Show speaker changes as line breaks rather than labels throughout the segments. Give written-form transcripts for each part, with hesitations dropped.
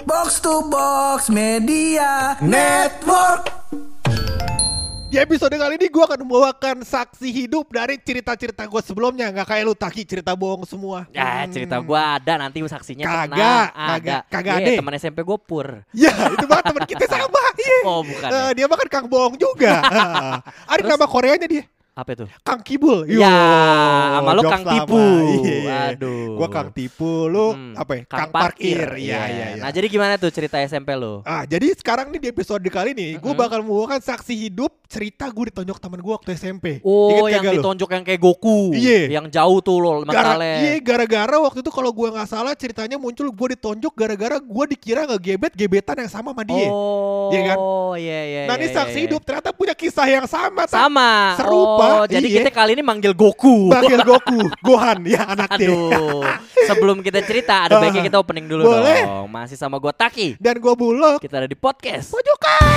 Box to Box Media Network.
Di episode kali ini gue akan membawakan saksi hidup dari cerita-cerita gue sebelumnya. Gak kayak lu Taki, cerita bohong semua.
Ya cerita gue ada nanti saksinya.
Kagak ada.
Teman SMP gue Pur.
Ya itu banget teman kita sama.
Oh bukan ya.
Dia makan Kang Bohong juga. Ada nama Koreanya dia.
Apa itu?
Kang Kibul.
Ya, sama lu Kang Tipu.
Aduh. Gua Kang Tipu, lu apa ya? Kang Parkir. Iya.
Nah, jadi gimana tuh cerita SMP lu?
Jadi sekarang nih di episode kali ini gue bakal membawakan saksi hidup cerita gue ditonjok teman gue waktu SMP.
Oh, yang ditonjok yang kayak Goku.
Iya.
Yang jauh tuh lo mentalnya.
Iya, gara-gara waktu itu kalau gue nggak salah ceritanya muncul gue ditonjok gara-gara gue dikira gebetan yang sama sama dia.
Oh,
iya kan?
Iya.
Nah, ini saksi hidup ternyata punya kisah yang sama.
Sama.
Serupa.
Oh, jadi kita kali ini manggil Goku.
Manggil Goku, Gohan ya anaknya.
Aduh. Sebelum kita cerita, ada baiknya kita opening dulu
boleh
dong. Masih sama gue Taki.
Dan gue Bulog.
Kita ada di podcast
Pojokan.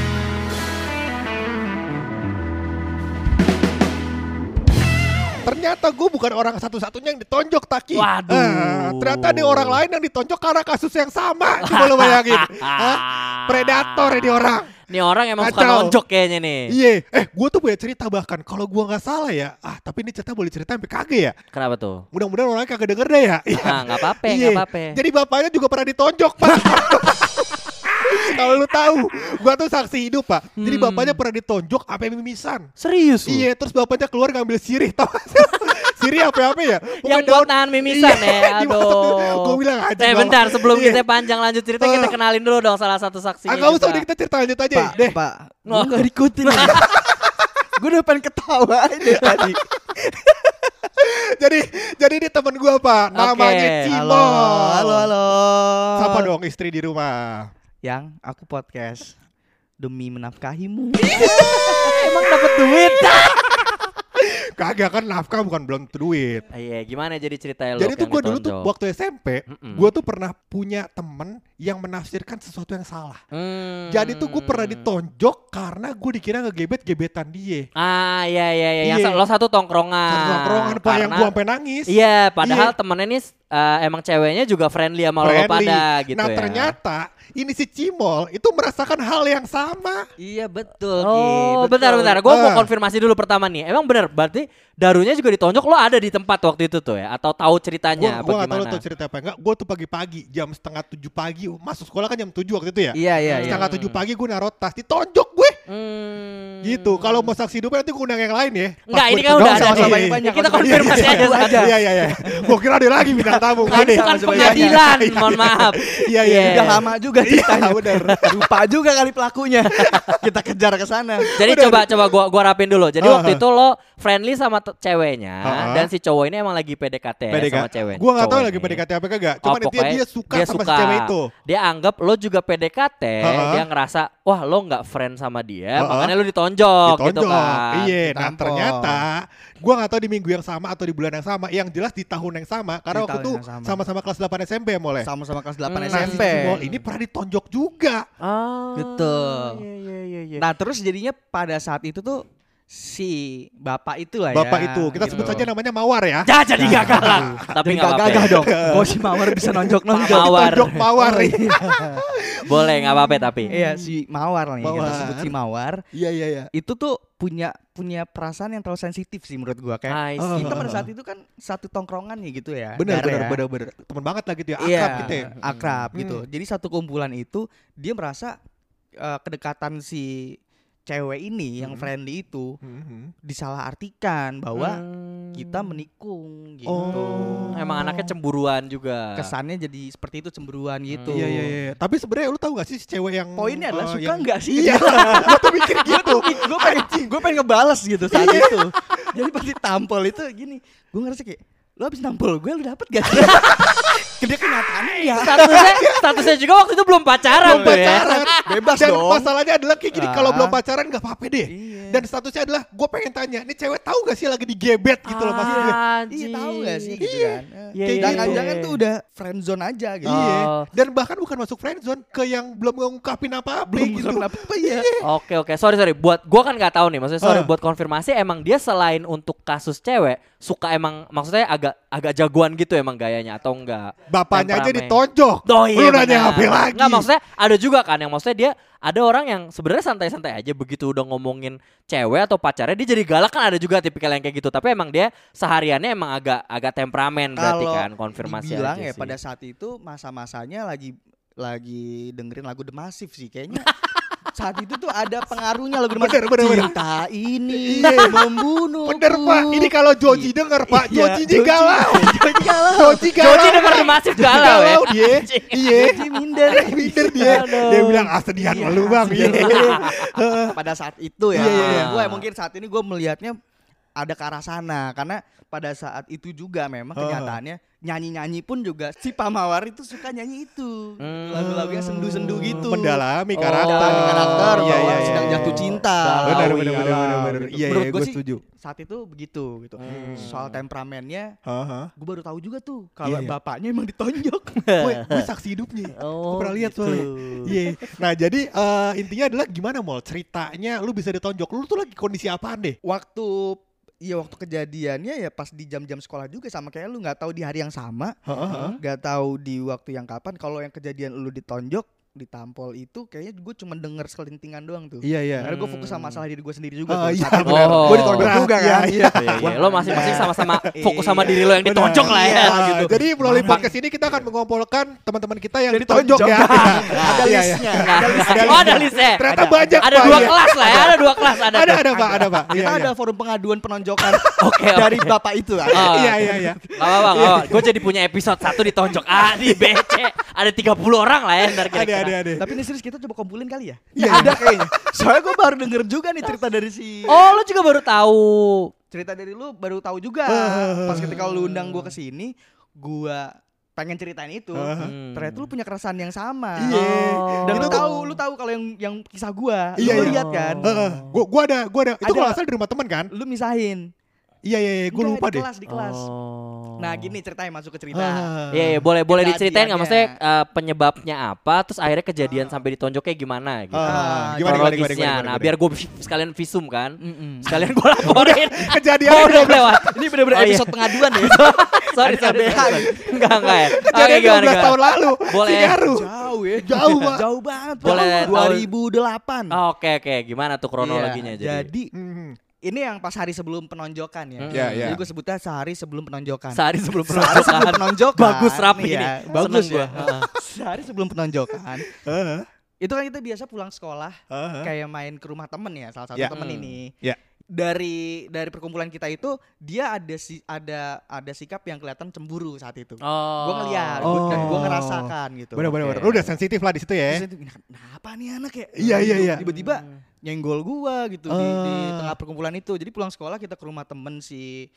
Ternyata gue bukan orang satu-satunya yang ditonjok, Taki.
Waduh.
Ternyata ada orang lain yang ditonjok karena kasus yang sama. Coba lo bayangin. Predator ini orang.
Nih orang emang suka nonjok kayaknya nih.
Iya. Gue tuh punya cerita bahkan. Kalau gue gak salah ya. Tapi ini cerita boleh cerita sampai kagak ya.
Kenapa tuh?
Mudah-mudahan orangnya kagak denger deh ya.
Gak apa-apa.
Jadi bapaknya juga pernah ditonjok, Pak. Kalau lu tahu, gua tuh saksi hidup, Pak. Jadi bapaknya pernah ditonjok sampai mimisan.
Serius?
Iya, terus bapaknya keluar ngambil sirih, tau? Sirih apa ya?
Yang buat nahan mimisan ya. Aduh.
Gua bilang aja.
Bentar, sebelum kita panjang lanjut cerita, kita kenalin dulu dong salah satu saksinya.
Enggak usah, kita cerita lanjut aja deh.
Pak, gua enggak diikutin. Gue udah pengen ketawa aja tadi.
Jadi ini teman gua, Pak. Namanya Cimol.
Halo.
Siapa dong istri di rumah?
Yang aku podcast demi menafkahimu.
Emang dapat duit?
Kagak kan nafkah bukan belum duit.
Iya, gimana jadi ceritanya lo?
Jadi tuh gue dulu tuh waktu SMP, gue tuh pernah punya temen yang menafsirkan sesuatu yang salah. Jadi tuh gue pernah ditonjok karena gue dikira gebetan dia.
Iya. Yang lo satu tongkrongan.
Pak, yang gue sampai nangis.
Iya, padahal temennya nih emang ceweknya juga friendly sama lo pada gitu
ya. Nah ternyata ini si Cimol itu merasakan hal yang sama.
Iya betul.
Oh bentar, gue mau konfirmasi dulu pertama nih. Emang bener berarti Darunya juga ditonjok, lo ada di tempat waktu itu tuh ya? Atau tahu ceritanya
Gue gak tahu lo tahu cerita apa enggak. Gue tuh pagi-pagi jam 6:30 pagi. Masuk sekolah kan jam 7 waktu itu ya.
Iya.
6:30 pagi gue naruh tas, ditonjok gue. Gitu. Kalau mau saksi hidupnya nanti gue undang yang lain ya.
Enggak, ini kan udah ada
banyak.
Kita konfirmasi aja.
Iya. Gue kira ada lagi bintang tamu.
Kan pengadilan, mohon maaf.
Iya.
Udah lama juga ceritanya. Lupa juga kali pelakunya. Kita kejar ke sana.
Jadi coba gua rapin dulu. Jadi waktu itu lo friendly sama ceweknya dan si cowok ini emang lagi PDKT sama cewek.
Gue gak tahu lagi PDKT apa kagak. Cuman dia suka sama si cewek itu.
Dia anggap lo juga PDKT. Dia ngerasa wah lo gak friend sama dia, makanya lo ditonjok gitu kan.
Iya. Nah ternyata gue gak tahu di minggu yang sama atau di bulan yang sama. Yang jelas di tahun yang sama. Karena waktu itu sama-sama kelas 8 SMP ya Mole.
Sama-sama kelas 8 SMP.
Nah ini pernah ditonjok juga.
Betul.
Iya.
Nah terus jadinya pada saat itu tuh si bapak itu lah ya.
Bapak itu kita sebut saja namanya Mawar ya.
Jadi gak galak. Tapi gak
gagah dong. Kok si Mawar bisa nonjok.
Tonjok Mawar.
Boleh gak apa-apa tapi.
Iya si Mawar nih. Kita sebut si Mawar.
Iya.
Itu tuh punya perasaan yang terlalu sensitif sih menurut gua. Kayak kita pada saat itu kan satu tongkrongan ya gitu ya.
Bener. Temen banget lah gitu ya. Akrab gitu ya.
Akrab gitu. Jadi satu kumpulan itu dia merasa kedekatan si cewek ini yang friendly itu disalahartikan bahwa kita menikung gitu.
Emang anaknya cemburuan juga.
Kesannya jadi seperti itu, cemburuan gitu.
Iya. Tapi sebenarnya lu tahu gak sih cewek yang
poinnya adalah suka nggak sih?
Iya. Gue tuh mikir gitu.
Gue pengen ngebales gitu saat itu. Jadi pas ditampol itu gini, gue ngerasa kayak lo abis nampol gue, lo dapet gak sih? Dia kenyataannya ya.
Statusnya juga waktu itu belum pacaran.
Bebas
dan
dong.
Masalahnya adalah kayak gini, kalau belum pacaran gak apa-apa deh. Dan statusnya adalah gue pengen tanya, ini cewek tahu gak sih lagi digebet gitu loh maksudnya.
Iya tahu gak sih gitu kan. Jangan-jangan tuh udah friendzone aja gitu.
Iya. Dan bahkan bukan masuk friendzone ke yang belum ngungkapin apa-apa gitu.
Iya.
Oke. Sorry. Buat gue kan nggak tahu nih. Maksudnya buat konfirmasi emang dia selain untuk kasus cewek suka emang maksudnya agak jagoan gitu emang gayanya atau enggak?
Bapaknya aja
Temperamen.
ditonjok.
Oh iya,
Lu nanya
benar.
apa lagi?
Nggak, maksudnya ada juga kan yang maksudnya dia ada orang yang sebenarnya santai-santai aja, begitu udah ngomongin cewek atau pacarnya dia jadi galak, kan ada juga tipikal yang kayak gitu. Tapi emang dia sehariannya emang agak temperamen berarti kan, konfirmasi
dibilang
aja
ya
sih.
pada saat itu masa-masanya lagi dengerin lagu The Massive sih kayaknya. Saat itu tuh ada pengaruhnya lagu The Massive.
Bener.
Cinta ini
Iya.
membunuh.
Bener Pak, ini kalau Joji denger Pak,
Iya,
Joji galau.
Joji galau.
Joji galau.
Joji denger The Massive galau ya.
dia. Iya.
Joji minder.
Minder dia.
Aduh.
Dia bilang sedihan
Iya,
lu Bang.
sedihan
Iya.
lu. Pada saat itu ya.
Iya.
Gue mungkin saat ini gue melihatnya ada ke arah sana karena pada saat itu juga memang kenyataannya nyanyi-nyanyi pun juga si Pak Mawar itu suka nyanyi itu lagu-lagu yang sendu-sendu gitu,
Mendalami
mendalami karakter
Iya,
bahwa
iya,
sedang
iya,
jatuh
iya.
cinta.
Benar,
Galau,
benar,
galau,
benar.
gitu.
Iya,
Menurut
iya,
gue
gue
sih
setuju.
saat itu begitu gitu. Soal temperamennya
Heeh.
gue baru tahu juga tuh kalau
Iya, iya.
bapaknya emang ditonjok.
Gue saksi hidupnya.
Oh,
Gue pernah lihat
gitu.
soalnya. Iya. Nah, jadi intinya adalah gimana Mol? Ceritanya lu bisa ditonjok. Lu tuh lagi kondisi apaan deh?
Waktu kejadiannya ya pas di jam-jam sekolah juga sama kayak lu, nggak tahu di hari yang sama,
Heeh.
nggak tahu di waktu yang kapan. Kalau yang kejadian lu ditonjok, ditampol itu kayaknya gue cuma denger sekelintingan doang tuh.
Iya, iya.
Karena gue fokus sama masalah diri gue sendiri juga.
Oh,
tuh.
iya,
Saat itu
benar.
Oh.
gue ditonjok
Berat,
juga
iya,
kan.
iya.
Iya. Lo masing-masing sama-sama fokus sama diri lo yang
Benar.
ditonjok lah ya.
Iya,
gitu.
Jadi melalui
Mana?
podcast ini kita akan mengumpulkan teman-teman kita yang
Jadi
ditonjok
tonjok.
ya.
Ada
Iya, iya.
listnya.
Oh, ada listnya.
Ternyata
Ada.
banyak
Ada
Pak,
dua
ya.
kelas lah ya, ada dua kelas ada. tuh.
Ada Pak.
Kita
Iya,
ada
iya.
forum pengaduan penonjokan
Oke.
dari bapak itu.
Oh.
Iya, iya.
Gak apa-apa, gue jadi punya episode 1 ditonjok A, di B, C. Ada 30 orang lah ya ntar kira-kira.
Ada.
Tapi ini serius kita coba kumpulin kali ya?
Iya.
Ada kayaknya. Soalnya gue baru denger juga nih cerita dari si.
Oh, lo juga baru tahu.
Cerita dari lu baru tahu juga. Pas ketika lu undang gue kesini, gue pengen ceritain itu. Ternyata lu punya keresahan yang sama.
Iya.
Dan
Oh.
lu tahu kalau yang kisah gue.
Iya,
Lu
iya.
lihat kan?
Gua ada. Itu
Ada.
kalau nggak salah di rumah teman kan?
Lu misahin.
Iya, gue
Enggak,
lupa
di
deh.
kelas.
Oh.
Nah gini ceritanya masuk ke cerita.
Iya, boleh diceritain nggak? Maksudnya
Kejadiannya.
penyebabnya apa? Terus akhirnya kejadian sampai ditonjoknya gimana gitu?
Gimana?
Kronologisnya. Nah, biar gue sekalian visum kan.
Mm-mm.
Sekalian gue laporin.
Kejadian
Oh, udah
12
lewat.
Ini bener-bener
Oh, iya.
episode pengaduan ya.
Sorry.
LBH.
Enggak ya.
Kejadian 12 tahun lalu.
Boleh.
Cigaru.
Jauh ya.
Jauh, Pak.
Jauh banget.
Boleh
Jauh. 2008.
Oke, gimana tuh kronologinya
Iya,
jadi?
jadi ini yang pas hari sebelum penonjokan ya.
Iya, iya.
Jadi gue sebutnya sehari sebelum penonjokan.
Sehari sebelum
Sehari sebelum penonjokan.
Bagus rapi
Iya,
nih.
bagus
Seneng
ya.
gua.
Sehari sebelum penonjokan.
Heeh.
Itu kan kita biasa pulang sekolah
Heeh.
kayak main ke rumah temen ya, salah satu
Ya.
temen ini.
Ya.
Dari perkumpulan kita itu dia ada sikap yang kelihatan cemburu saat itu.
Oh.
Gue ngeliat,
Oh.
gue ngerasakan gitu.
Bener. Lu udah sensitif lah di situ ya.
Terus itu, kenapa nih anak ya?
Iya, iya, iya.
Tiba-tiba nyenggol gua gitu di
Ah.
tengah perkumpulan itu. Jadi pulang sekolah kita ke rumah temen si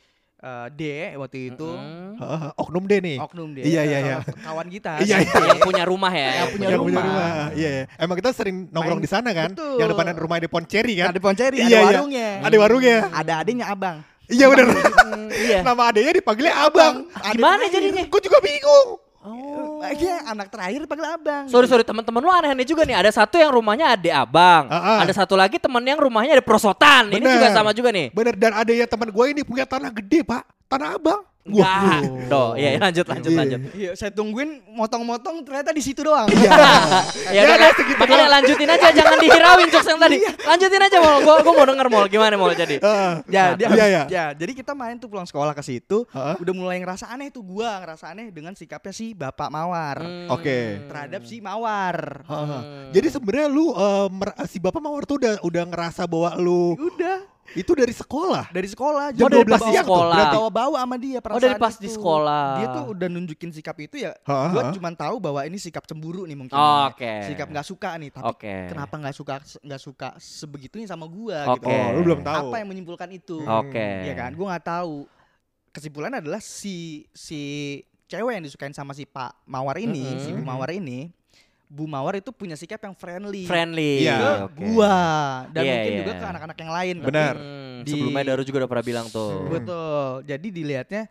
D waktu itu.
Heeh, Oknum deh nih.
Oknum D.
Iya, iya.
Kawan kita.
Iya,
si D.
Yang punya rumah ya.
Yang punya
Yang punya
rumah.
rumah. Iya. Emang kita sering nongkrong
Main-
di sana kan?
Betul.
Yang depanan rumah di Ponceri kan?
Ada Ponceri,
Iya,
ada
iya.
warungnya.
Ada warungnya.
Ada adiknya Abang.
Iya bener.
Iya.
Nama adanya dipanggilnya Abang.
Gimana jadinya?
Gue juga bingung.
Oh.
Iya, anak terakhir panggil Abang.
Sorry teman-teman lu aneh-aneh juga nih. Ada satu yang rumahnya Ade Abang. Ada satu lagi teman yang rumahnya ada prosotan. Ini
Bener.
juga sama juga nih.
Bener, dan ada ya teman gue ini punya tanah gede Pak. Tanah Abang.
Enggak. Tuh, iya lanjut.
Iya, saya tungguin motong-motong ternyata di situ doang.
Iya.
Ya udah, makanya lanjutin aja, jangan dihirauin jokes yang tadi. Lanjutin aja Mol. Gua mau denger Mol, gimana Mol jadi.
Ya, dia
Iya, iya.
ya, jadi kita main tuh pulang sekolah ke situ,
Heeh.
udah mulai ngerasa aneh tuh gua ngerasa aneh dengan sikapnya si Bapak Mawar
Oke.
terhadap si Mawar.
Jadi sebenarnya lu si Bapak Mawar tuh udah ngerasa bahwa lu
Udah
itu dari sekolah.
dari sekolah
Jam
dari
12
pas
siang tuh.
sekolah.
Berarti
bawa-bawa sama dia
Oh, dari
perasaan
pas
itu.
di sekolah.
Dia tuh udah nunjukin sikap itu ya.
Ha,
Gua
ha.
cuma tahu bahwa ini sikap cemburu nih mungkin.
Oh, oke.
Sikap nggak suka nih, tapi
Oke.
kenapa nggak suka sebegitunya sama gua
Oke.
gitu.
Oh, lu belum tahu.
Apa yang menyimpulkan itu?
Oke.
Ya kan, gua nggak tahu. Kesimpulannya adalah si cewek yang disukain sama si Pak Mawar ini, si Bu Mawar ini, Bu Mawar itu punya sikap yang friendly.
Friendly.
Iya.
Ke
Oke.
gua dan
Iya,
mungkin
iya.
juga ke anak-anak yang lain. Tapi
Benar.
di-
Sebelumnya Daru juga udah pernah bilang tuh.
Betul. Jadi dilihatnya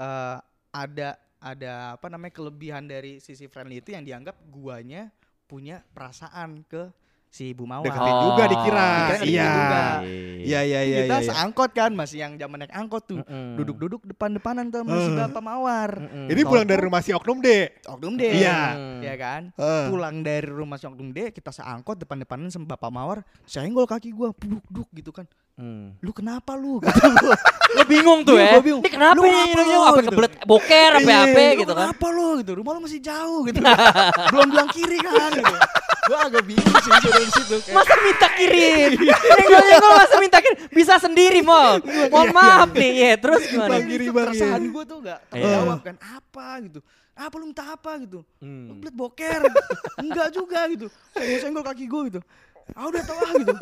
ada apa namanya kelebihan dari sisi friendly itu yang dianggap guanya punya perasaan ke si Bu Mawar.
Deketin juga dikira.
Dikira
Iya.
juga.
Iya.
Kita seangkot kan, masih yang zaman naik angkot tuh. Duduk-duduk depan-depanan tuh sama si Bapak Mawar.
Ini pulang dari rumah si Oknum D.
Oknum D.
Iya.
Ya kan? Pulang dari rumah si Oknum D, kita seangkot depan-depanan sama Bapak Mawar. Senggol kaki gua, duduk gitu kan. Lu kenapa lu? Gitu gua.
Lu bingung tuh
Iya,
ya.
gua bingung.
Ini kenapa
Lu
ini?
ngapa
Ini
lu?
apa
Gitu.
kebelet boker apa gitu kan.
Kenapa lu gitu? Rumah lu masih jauh gitu. Belum bilang kiri kan gitu. Gua agak bingung sih dari situ. Kayak,
Masa minta kirim? Nyenggol masa minta kirim? Bisa sendiri, Mol. Mohon maaf nih. Ya, terus gimana?
Bang Giri,
perasaan gua tuh gak
Iya.
terjawab kan. Apa gitu. Apa lu minta apa gitu? Lu belet boker. Enggak juga gitu. Senggol kaki gua gitu. Udah tau gitu.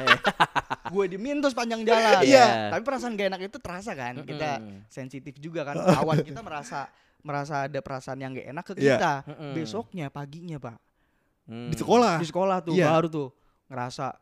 Gue diemin tuh sepanjang jalan.
Iya.
Tapi perasaan gak enak itu terasa kan. Kita sensitif juga kan. Awal kita merasa ada perasaan yang gak enak ke
Iya.
kita. Besoknya paginya, Pak.
Di sekolah.
Di sekolah tuh
Iya.
baru tuh ngerasa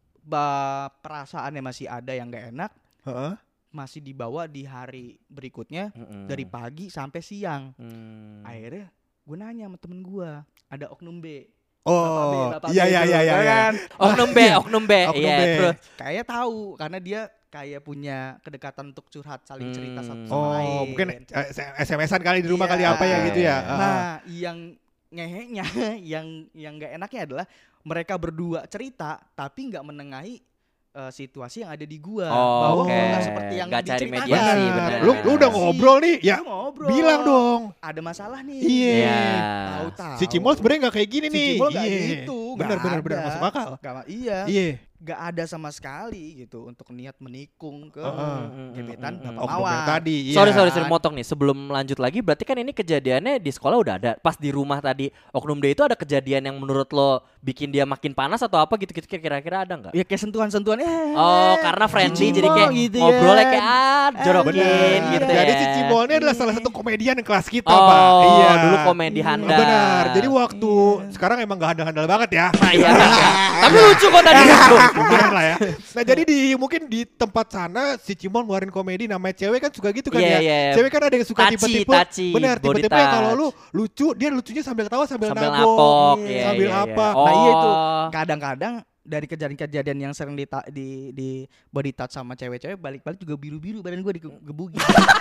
perasaannya masih ada yang gak enak.
Heeh.
Masih dibawa di hari berikutnya dari pagi sampai siang. Akhirnya gue nanya sama temen gue, ada Oknum B.
Oh,
Bapak B
iya.
itu, kan?
Oknum B. Iya,
B.
terus.
Kayak tahu karena dia kayak punya kedekatan untuk curhat, saling cerita satu sama
Oh,
lain.
mungkin SMS-an kali di rumah
Iya.
kali apa ya gitu ya.
Nah, yang ngehenya, yang nggak enaknya adalah mereka berdua cerita tapi nggak menengahi situasi yang ada di gua.
Oh,
Bahwa
oke.
nggak seperti yang
Nggak cari
diceritakan.
mediasi,
Benar.
benar.
Lu udah ngobrol nih, ya
Lu ngobrol.
bilang dong.
Ada masalah nih.
Iya.
Tahu-tahu.
Si Cimol sebenarnya nggak kayak gini
Si
nih.
Cimol nggak
Iya.
gitu.
Benar
nggak ada.
masuk akal.
Iya.
Iya.
Gak ada sama sekali gitu untuk niat menikung ke gebetan Bapak
Oknum
Mawar.
yang tadi. Iya.
Sorry motong nih. Sebelum lanjut lagi, berarti kan ini kejadiannya di sekolah udah ada. Pas di rumah tadi Oknum D itu ada kejadian yang menurut lo bikin dia makin panas atau apa gitu kira-kira ada nggak?
Ya kayak sentuhan-sentuhan.
Oh, karena friendly
Cimol
jadi kayak
gitu ya.
ngobrolnya kayak jorokin
Benar.
gitu ya.
Jadi si Cimol ini adalah salah satu komedian kelas kita,
Oh,
Pak. Iya.
dulu komedi handal.
Benar. Jadi waktu sekarang emang gak handal-handal banget ya.
Nah, iya. Tapi lucu kok tadi.
Lumayan lah ya. Nah jadi mungkin di tempat sana si Cimol ngeluarin komedi, namanya cewek kan suka gitu kan
Iya,
ya.
iya.
Cewek kan ada yang suka
Touchy,
tipe-tipe.
touchy,
Benar,
body
tipe-tipe yang
touch.
kalau lu lucu, dia lucunya sambil ketawa sambil
Sambil
nabok.
napok. Iya,
Sambil
iya,
apa.
iya.
Nah iya itu
Oh.
kadang-kadang dari kejadian-kejadian yang sering di body touch sama cewek-cewek, balik-balik juga biru-biru badan gue digebugin.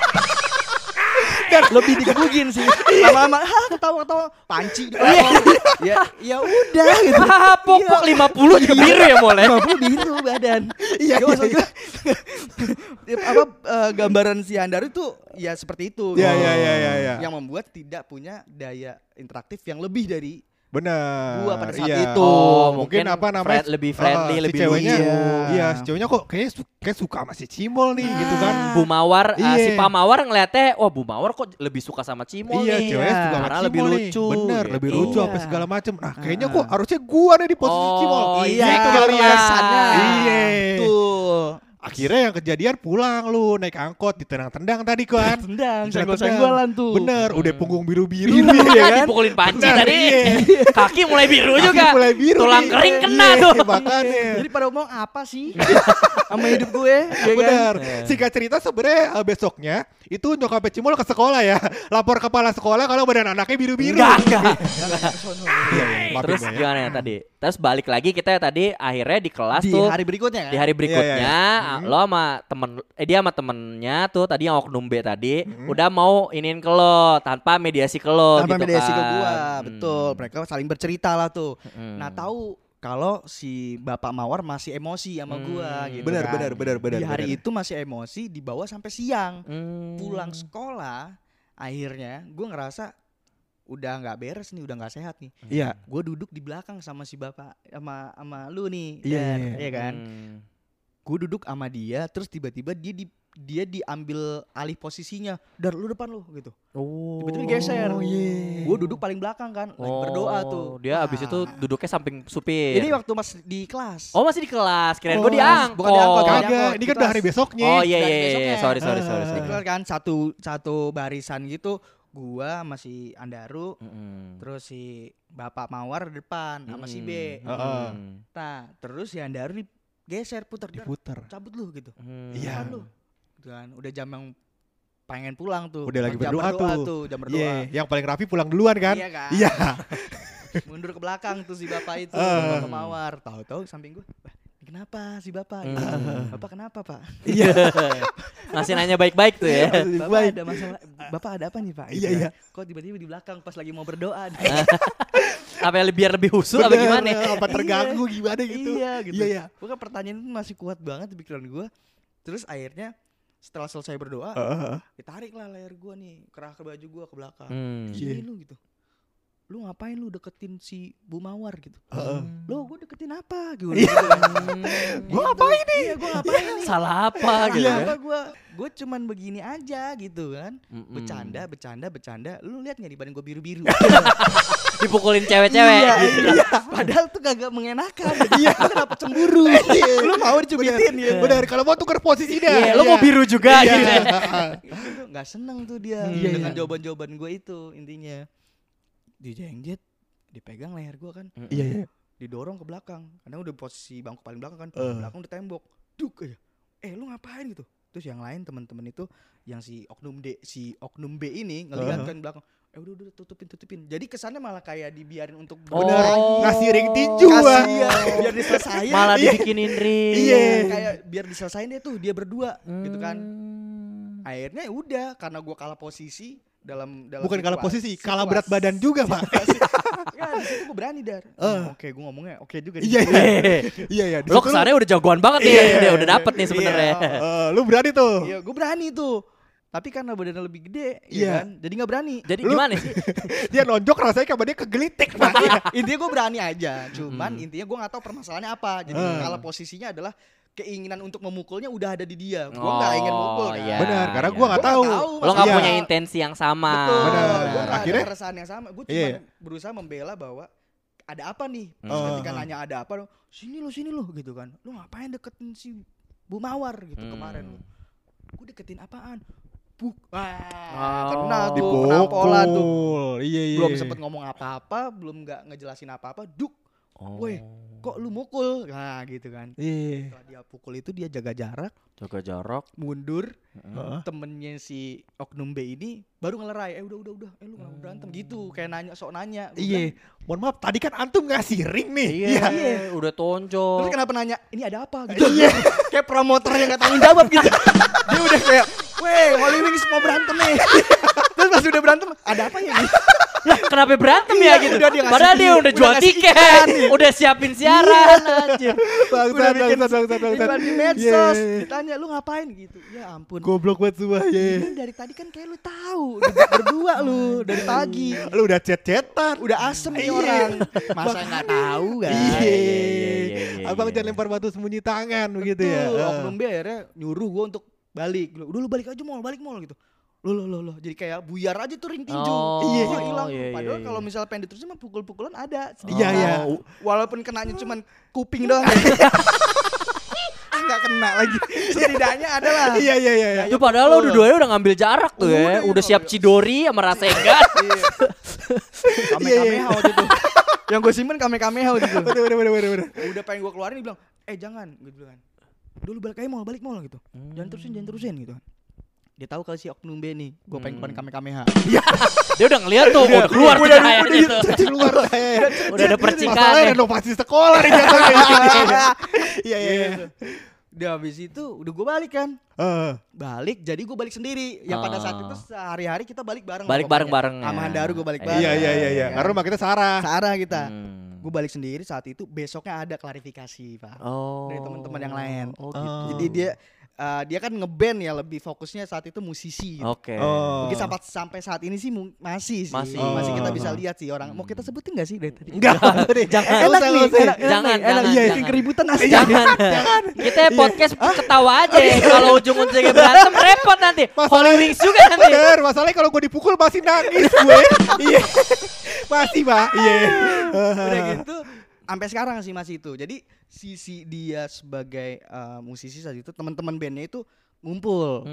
Dan lebih digebugin sih. Lama-lama ketawa-ketawa panci. Ya udah gitu.
Pokok 50 juga biru ya boleh.
50 biru badan.
Iya,
Gak maksud
iya.
gue, gambaran si Andar itu ya seperti itu.
Iya, iya.
Yang membuat tidak punya daya interaktif yang lebih dari
Benar.
Gua pada saat
iya.
itu.
Oh, mungkin apa namanya?
lebih friendly,
si
lebih
ceweknya,
lucu.
iya, si ceweknya kok kayak suka sama si Cimol nih gitu kan.
Bu Mawar,
Iya.
si Pak Mawar ngeliatnya, wah Bu Mawar kok lebih suka sama Cimol
Iya,
nih.
ceweknya suka sama
Karena
Cimol
lebih
nih.
lucu.
Bener, lebih
gitu.
lucu
Iya.
apa segala macem. Nah, kayaknya kok harusnya gua nih di posisi Cimol.
Oh,
iya,
gitu
itu
kali ya.
alasannya.
Iya.
Tuh.
Akhirnya yang kejadian pulang lu naik angkot ditendang-tendang tadi kan.
Tendang,
Ditendang-tendang.
senggol-senggolan tuh.
Bener, udah punggung biru-biru
Iya,
nih ya kan.
dipukulin panci
Bener,
tadi.
iya.
Kaki mulai biru
Kaki
juga.
mulai biru
Tulang
nih.
kering kena
Iya,
tuh.
Makanya.
Jadi pada ngomong apa sih sama hidup gue? Ya kan?
Bener. Singkat cerita sebenarnya besoknya itu nyokapnya Cimol ke sekolah ya. Lapor kepala sekolah kalau badan anaknya biru-biru.
Enggak.
Iya, maafin
Terus
gua ya.
gimana ya tadi? Terus balik lagi kita tadi akhirnya di kelas
Di
tuh.
hari berikutnya kan?
Di hari berikutnya
Iya.
lo sama dia sama temennya tuh tadi yang Oknum B tadi udah mau iniin ke lo tanpa mediasi ke lo
Tanpa
gitu
mediasi
kan.
ke gua, betul. Mereka saling bercerita lah tuh.
Hmm.
Nah, tahu kalau si Bapak Mawar masih emosi sama gua gitu
Benar,
kan.
benar.
Di hari itu masih emosi, dibawa sampai siang.
Hmm.
Pulang sekolah, akhirnya gua ngerasa udah nggak beres nih, udah nggak sehat nih.
Iya.
Gue duduk di belakang sama si bapak, sama lu nih,
Iya,
Dar,
iya.
ya kan?
Hmm.
Gue duduk sama dia, terus tiba-tiba dia diambil alih posisinya. Dar, lu depan lu gitu.
Oh.
Tiba-tiba geser.
iya.
Gue duduk paling belakang kan, lagi berdoa tuh.
Dia
Wah.
abis itu duduknya samping supir.
Ini waktu mas di kelas.
Oh masih di kelas, kirain
Oh,
gue diangkot.
bukan diangkot,
Kagak,
angkot,
ini
di
kan udah hari
kelas.
besoknya.
Oh iya
Dari
iya
besoknya.
iya, sorry.
Di kelas kan satu barisan gitu. Gua masih Andaru, terus si Bapak Mawar di depan sama si B.
Heeh.
Nah, terus si Andaru digeser putar. Dar,
Diputer.
cabut lu gitu.
Iya.
Depan lu. Gitu kan. Udah jam yang pengen pulang tuh.
Udah lagi
Jam
berdoa tuh.
jam berdoa.
Iya, yang paling rapi pulang duluan kan?
Iya kan?
Iya.
Mundur ke belakang tuh si bapak itu, bapak mawar. Tahu-tahu samping gue, kenapa si bapak? Bapak kenapa pak?
Iya. Masih nanya baik-baik tuh ya.
Bapak ada masalah, bapak ada apa nih pak?
Iya, iya.
Kok tiba-tiba di belakang pas lagi mau berdoa?
Apa biar lebih husu apa gimana?
Apa terganggu gimana gitu?
Iya gitu.
Iya, iya.
Pokoknya pertanyaan itu masih kuat banget di pikiran gue. Terus akhirnya setelah selesai berdoa, ditarik lah leher gue nih, kerah ke baju gue ke belakang. Sini lu gitu. Lu ngapain lu deketin si Bu Mawar gitu? Lo gue deketin apa? Gue ngapain nih? Iya gue ngapain nih?
Salah apa gitu ya?
Gue cuman begini aja gitu kan. Bercanda. Lu lihat nggak di badan gue biru-biru?
Dipukulin cewek-cewek.
Iya. Padahal tuh kagak mengenakan. Iya. Kenapa cemburu? Lu mau dicubitin ya?
Benar, kalau mau tukar posisi dah.
Iya, lo mau biru juga gitu.
Nggak seneng tuh dia dengan jawaban-jawaban gue itu intinya. Dijengjet, dipegang leher gue kan.
Iya.
Didorong ke belakang. Karena udah posisi bangku paling belakang kan. Belakang di tembok. Duk aja. Lu ngapain gitu? Terus yang lain teman-teman itu yang si Oknum B ini ngeliat kan belakang. Udah tutupin. Jadi kesannya malah kayak dibiarin untuk
Bener, ngasih ring tinju.
Biar diselesain.
Malah dibikinin ring.
Iya.
Kayak biar diselesain deh tuh dia berdua gitu kan. Akhirnya udah karena gue kalah posisi dalam
Bukan kalah posisi, kalah berat badan juga, Pak.
Ya, di situ gue berani Dar. Oke, gue ngomongnya oke juga nih.
Iya.
Lo kesannya udah jagoan banget nih. Dia udah dapet nih sebenarnya.
Lu berani tuh.
Iya, gue berani tuh. Tapi karena badannya lebih gede, ya kan? Jadi gak berani.
Jadi gimana sih?
Dia nonjok rasanya kayak dia kegelitik, Pak.
Intinya gue berani aja. Cuman intinya gue gak tahu permasalahannya apa. Jadi kalau posisinya adalah keinginan untuk memukulnya udah ada di dia. Gue gak ingin mukul kan.
Iya,
Benar, karena gue gak tahu.
Lo gak punya intensi yang sama.
Betul.
Benar.
Gue gak ada
Akhirnya
keresahan yang sama. Gue cuma berusaha membela bahwa ada apa nih. Terus ketika nanya ada apa, sini lo gitu kan. Lo ngapain deketin si Bu Mawar gitu kemarin. Gue deketin apaan? Kena tuh, kena pola tuh.
Iya.
Belum sempet ngomong apa-apa, belum nggak ngejelasin apa-apa, duk. Woi, kok lu mukul? Nah gitu kan.
Iya.
Setelah dia pukul itu dia jaga jarak, mundur. Temennya si Oknum B ini baru ngelerai. Udah. Lu nggak berantem gitu, kayak sok nanya.
Iya. Mohon maaf, tadi kan antum ngasih ring nih.
Iya. Udah tonjol.
Terus kenapa nanya? Ini ada apa? Gitu. Kayak promotor yang nggak tanggung jawab gitu. Dia udah kayak, weh, Holy Wings mau berantem nih. Terus pas udah berantem, ada apa ya nih?
Lah kenapa berantem ya gitu? Padahal dia udah jual tiket, udah siapin siaran anjir.
Udah bikin iklan di medsos. Ditanya lu ngapain gitu. Ya ampun.
Goblok banget semua ya.
Dari tadi kan kayak lu tahu berdua lu dari pagi.
Lu udah chat-chatan.
Udah asem nih orang. Masa enggak tahu kan?
Iya. Abang jangan lempar batu sembunyi tangan begitu ya.
Oknum B akhirnya nyuruh gua untuk balik. Udah lu balik aja balik mall gitu. Loh. Jadi kayak buyar aja tuh ring tinju. Iya, hilang. Padahal kalau misalnya pengen diterusin mah pukul-pukulan ada.
Iya.
Walaupun kenanya cuman kuping doang. Enggak kena lagi. Setidaknya ada lah.
Iya.
Itu padahal lo dua-duanya udah ngambil jarak tuh ya. Udah siap Chidori sama Rasengan.
Kamehameha waktu itu. Yang gue simpen Kamehameha waktu itu.
Bener.
Udah pengen gue keluarin dia bilang, jangan. Gue bilang, dulu balik mall gitu. Jangan terusin gitu kan. Dia tahu kalau si Oknum B nih, gue pengen keluarin Kamehameha.
Dia udah ngeliat tuh, udah keluar tuh cahayanya tuh.
Keluar.
Udah ada percikan.
Masalahnya renovasi sekolah nih jatuhnya. Iya.
Udah habis itu udah gue balik kan. Balik, jadi gue balik sendiri. Yang pada saat itu sehari-hari kita balik bareng.
Balik bareng-bareng.
Sama Handaru gue balik bareng.
Iya. Karena rumah kita Sarah
kita. Gue balik sendiri saat itu. Besoknya ada klarifikasi Pak. Dari teman-teman yang lain.
Gitu.
Jadi dia kan ngeband ya, lebih fokusnya saat itu musisi gitu.
Oke.
Mungkin sampai saat ini sih masih kita bisa lihat sih orang. Mau kita sebutin enggak sih dari tadi?
Enggak.
Jangan.
Bikin keributan asli.
Jangan. Kita podcast ketawa aja. Kalau ujung-ujungnya berantem repot nanti. Holy Wings juga nanti.
Bener, masalahnya kalau gue dipukul masih nangis gue. Iya. Masih, Pak. Iya.
Udah gitu sampai sekarang sih masih itu. Jadi sisi dia sebagai musisi saat itu, teman-teman bandnya itu ngumpul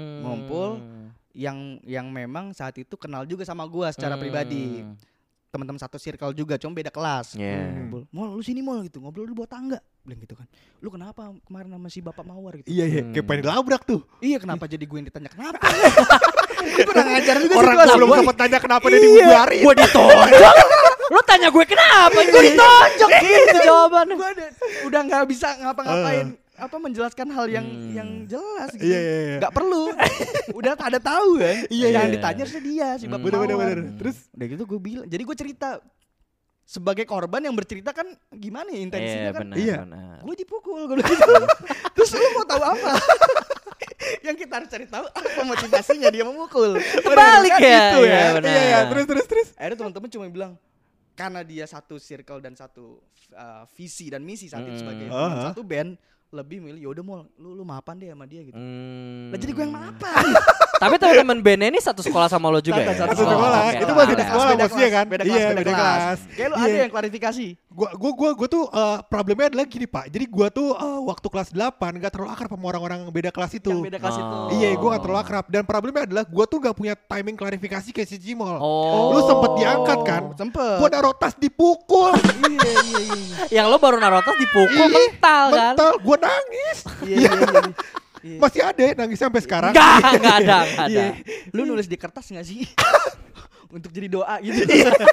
yang memang saat itu kenal juga sama gua secara pribadi. Teman-teman satu circle juga, cuma beda kelas. Ngumpul. Mol, lu sini mol gitu, ngobrol di bawah tangga. Bilang gitu kan. Lu kenapa kemarin sama si Bapak Mawar gitu?
Iya, kayak pengen dilabrak tuh.
Iya, kenapa jadi gue yang ditanya kenapa? Itu kurang ajar juga
orang
situasi.
Orang belum sempat tanya kenapa dia dibubarin.
Gua ditonjok. Lu tanya gue kenapa? Gue ditonjok gitu jawabannya.
Gue udah nggak bisa ngapa-ngapain menjelaskan hal yang jelas gitu.
Iya.
Nggak perlu. Udah ada tahu kan.
Iya.
Yang ditanya harusnya dia si Bapak
Bener.
Mawar.
Terus
Udah gitu gue bilang. Jadi gue cerita sebagai korban yang bercerita kan gimana ya intensinya kan.
Benar,
Iya.
benar.
Gue dipukul gue gitu. Terus lu mau tahu apa? Yang kita harus cari tahu apa motivasinya dia memukul.
Kebalik
Kan
ya.
gitu ya.
Iya, benar.
iya. Terus.
Akhirnya teman-teman cuma bilang karena dia satu circle dan satu visi dan misi saat itu sebagai satu band, lebih milih yaudah mau lu maafan deh sama dia gitu. Nah jadi gue yang maafan.
Tapi teman-teman bandnya ini satu sekolah sama lo juga ya?
Satu sekolah.
oke.
Itu masih di
Beda
sekolah
kelas.
bosnya kan?
Beda
Iya,
kelas.
beda kelas.
Kayak lu
Iya.
ada yang klarifikasi.
Gue tuh problemnya adalah gini Pak. Jadi gue tuh waktu kelas 8 gak terlalu akrab sama orang-orang beda kelas itu.
Yang beda kelas itu.
Iya, gue gak terlalu akrab. Dan problemnya adalah gue tuh gak punya timing klarifikasi kayak si Cimol.
Oh.
Lu sempet diangkat kan?
Sempet.
Gue naruh tas dipukul.
Iya.
Yang lo baru naruh tas dipukul mental kan?
Mental, gue nangis.
Iya.
Masih ada ya nangis sampai sekarang.
Enggak ada.
Lu nulis di kertas gak sih? Untuk jadi doa gitu.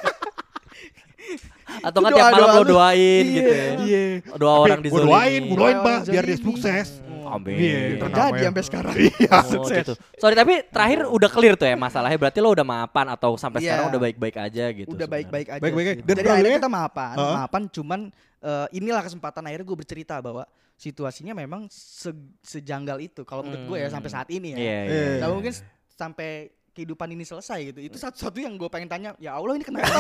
Atau kan tiap malam lo doain
Iya.
gitu ya.
Iya.
Doa orang
Gue doain
dizolimi.
Pak
Orang
biar dia
zolimi.
sukses.
Amin.
Iya,
Terjadi sampai sekarang.
Iya.
Oh, gitu. Sorry tapi terakhir udah clear tuh ya masalahnya. Berarti lo udah maafan atau sampai
Iya.
sekarang udah baik-baik aja gitu.
Udah
sebenarnya.
baik-baik aja.
Baik-baik
sih.
aja. Dan
Jadi
problemnya-
akhirnya kita maafan,
Heeh.
cuman inilah kesempatan akhirnya gue bercerita bahwa situasinya memang sejanggal itu kalau menurut gue ya sampai saat ini ya.
Iya.
Nah, mungkin sampai kehidupan ini selesai gitu. Itu satu-satu yang gue pengen tanya, ya Allah ini kenapa?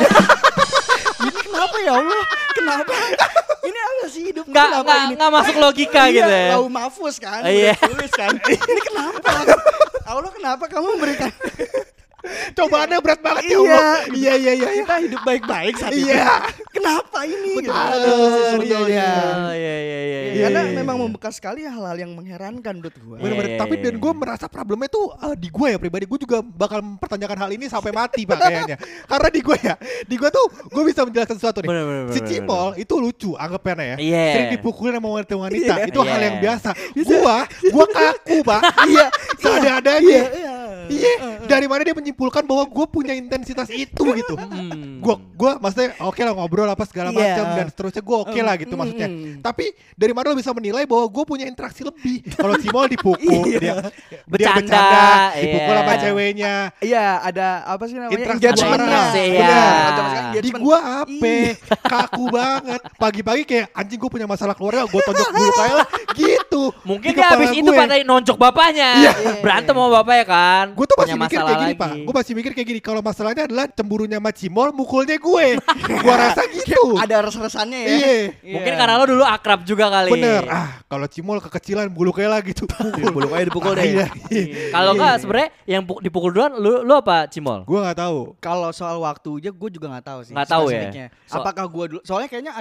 Ini kenapa ya Allah? Kenapa? Ini apa sih hidup?
Nggak masuk logika gitu ya.
Lau mahfuz kan,
Iya.
udah tulis kan. Ini kenapa? Allah kenapa kamu memberikan
Cobaannya berat banget ya Allah. Iya.
kita hidup baik-baik saat itu?
Iya.
Kenapa ini? Gitu.
Iya.
Iya.
Karena memang membekas sekali hal-hal yang mengherankan menurut gue.
Bener-bener.
Iya,
Tapi
iya,
dan
iya.
gue merasa problemnya tuh di gue ya pribadi. Gue juga bakal mempertanyakan hal ini sampai mati Pak kayaknya. Karena di gue tuh gue bisa menjelaskan sesuatu nih.
Bener,
Si Cimol itu lucu anggapnya ya.
Iya.
Sering dipukulin sama wanita-wanita.
Iya.
Itu hal
Iya.
yang biasa. Gue kaku Pak. Iya. Seadanya. Iya. Dari mana dia menyimpulkan bahwa gue punya intensitas itu gitu. Gue maksudnya oke lah ngobrol apa segala
Iya.
macam dan seterusnya gue oke lah gitu maksudnya. Tapi dari mana lo bisa menilai bahwa gue punya interaksi lebih? Kalau Cimol dipukul, dia
Bercanda,
dipukul
iya.
sama ceweknya.
Iya, ada apa sih namanya?
Interaksi
Engagement.
suara.
Iya.
Bener. Di
Engagement.
gua apa? Kaku banget. Pagi-pagi kayak anjing gue punya masalah keluarga, gue tonjok bulu kayak lah gitu.
Mungkin
Di
dia
kepala
abis itu
gue.
pada nonjok bapaknya.
Iya.
Berantem sama bapaknya kan.
Gue tuh masih
Punya
mikir
masalah
kayak gini
lagi.
Pak. Gue masih mikir kayak gini. Kalau masalahnya adalah cemburunya sama Cimol, mukulnya gue. Gua rasa gitu.
Ada res-resannya ya.
Iya.
Mungkin karena lo dulu akrab juga kali.
Bener. Kalau Cimol kekecilan bulu kayak lah gitu.
Bulu kayak dipukul deh.
Iya.
Kalau enggak sebenarnya yang dipukul duluan lu apa Cimol?
Gue nggak tahu.
Kalau soal waktunya gue juga nggak tahu sih.
Nggak tahu ya?
spesifiknya. Apakah gue dulu? Soalnya kayaknya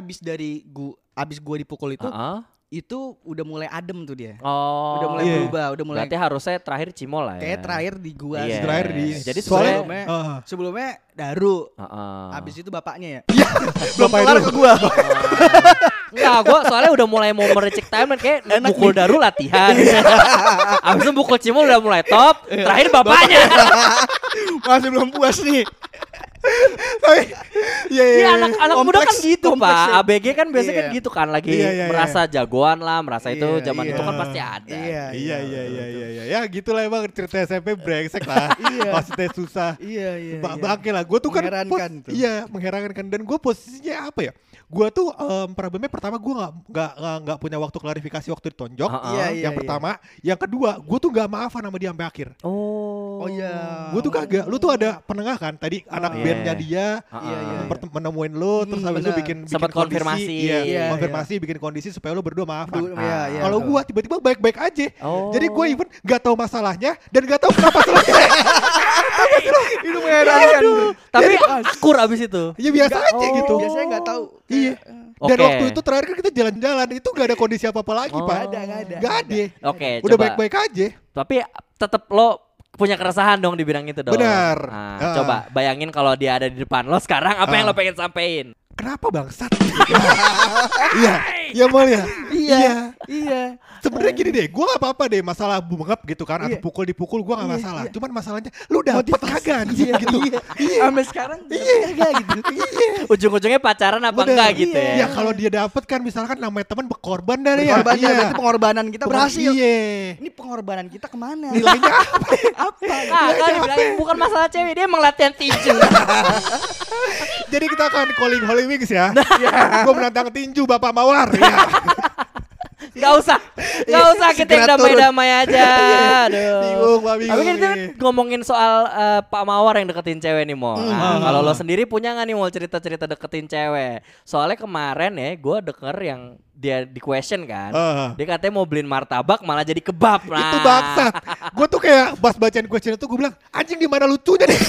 abis gue dipukul itu,
Heeh.
itu udah mulai adem tuh dia.
Oh.
Udah mulai
Iya.
berubah, udah mulai.
Berarti harusnya terakhir Cimol lah ya.
Kayak terakhir di gua.
Iya.
sih.
Terakhir di.
Jadi
soalnya.
sebenarnya-
Sebelumnya Daru.
Heeh.
Abis itu bapaknya ya.
Belum
Kelar ke gua.
Enggak, gue soalnya udah mulai mau mericik timeline kayak mukul Daru latihan. Abis itu mukul Cimol udah mulai top. Terakhir bapaknya.
Masih belum puas nih.
Iya.
Iya anak-anak muda kan
Kompleks-
gitu
kompleks
Pak.
ya.
ABG kan biasanya kan
Iya.
gitu kan lagi
Iya.
merasa jagoan lah, merasa itu
Iya,
zaman
iya.
itu kan pasti ada.
Iya.
Iya. Ya gitulah emang cerita SMP brengsek lah.
Iya.
Maksudnya susah.
Iya.
Bangke lah. Gue tuh kan
Mengherankan tuh.
Iya, mengherankan. Dan gue posisinya apa ya? Gue tuh problemnya pertama gue nggak punya waktu klarifikasi waktu ditonjok.
Heeh.
Yang pertama, yang kedua, gue tuh nggak maafan sama dia sampai akhir.
Oh.
Oh iya.
Gue tuh kagak. Lu tuh ada penengah kan? Tadi anak
iya.
bandnya dia
Iya.
menemuin lu, terus habis itu
benar.
bikin
Sempat
kondisi,
konfirmasi.
iya,
Iya,
konfirmasi, bikin kondisi supaya lu berdua maafan.
Iya.
Kalau gue tiba-tiba baik-baik aja.
Oh.
Jadi gue even nggak tahu masalahnya dan nggak tahu kenapa selesai.
itu mengherankan.
Tapi akur abis itu.
Ya biasa aja
Oh.
gitu.
Biasanya nggak tahu.
Iya. Dan
Oke.
waktu itu terakhir kan kita jalan-jalan, itu gak ada kondisi apa-apa lagi,
Oh.
Pak.
Nggak ada.
Gak ada.
Oke,
Udah
coba.
baik-baik aja.
Tapi tetap lo punya keresahan dong dibilang itu dong.
Benar.
Nah, coba bayangin kalau dia ada di depan lo sekarang apa yang lo pengen sampein?
Kenapa bangsat? Iya. Iya, Mal ya.
Iya.
Sebenarnya sebenarnya gini deh, gue gak apa-apa deh masalah bungap gitu kan, atau pukul-dipukul gue gak masalah. Cuman masalahnya lu dapet kagak gitu.
Sampai sekarang kagak gitu.
Ujung-ujungnya pacaran apa enggak gitu ya.
Ya kalau dia dapet kan misalkan namanya teman berkorban dari
Berkorban
ya.
berarti pengorbanan kita berhasil.
Iya.
Ini pengorbanan kita kemana?
Nilainya apa?
Apa?
Kagak dibilangin bukan masalah cewek, dia emang latihan tinju.
Jadi kita akan calling Holy Wings ya. Gue menantang tinju Bapak Mawar ya.
Gak usah kita yang damai-damai aja. Aduh.
Bingung, Pak, bingung
Tapi kan itu kan
nih.
ngomongin soal Pak Mawar yang deketin cewek nih Mo. Nah, kalau lo sendiri punya gak nih mau cerita-cerita deketin cewek? Soalnya kemarin ya gue denger yang dia di question kan. Dia katanya mau beliin martabak malah jadi kebab. Nah.
Itu bangsat. Gue tuh kayak pas bacain question itu gue bilang anjing di mana lucunya nih.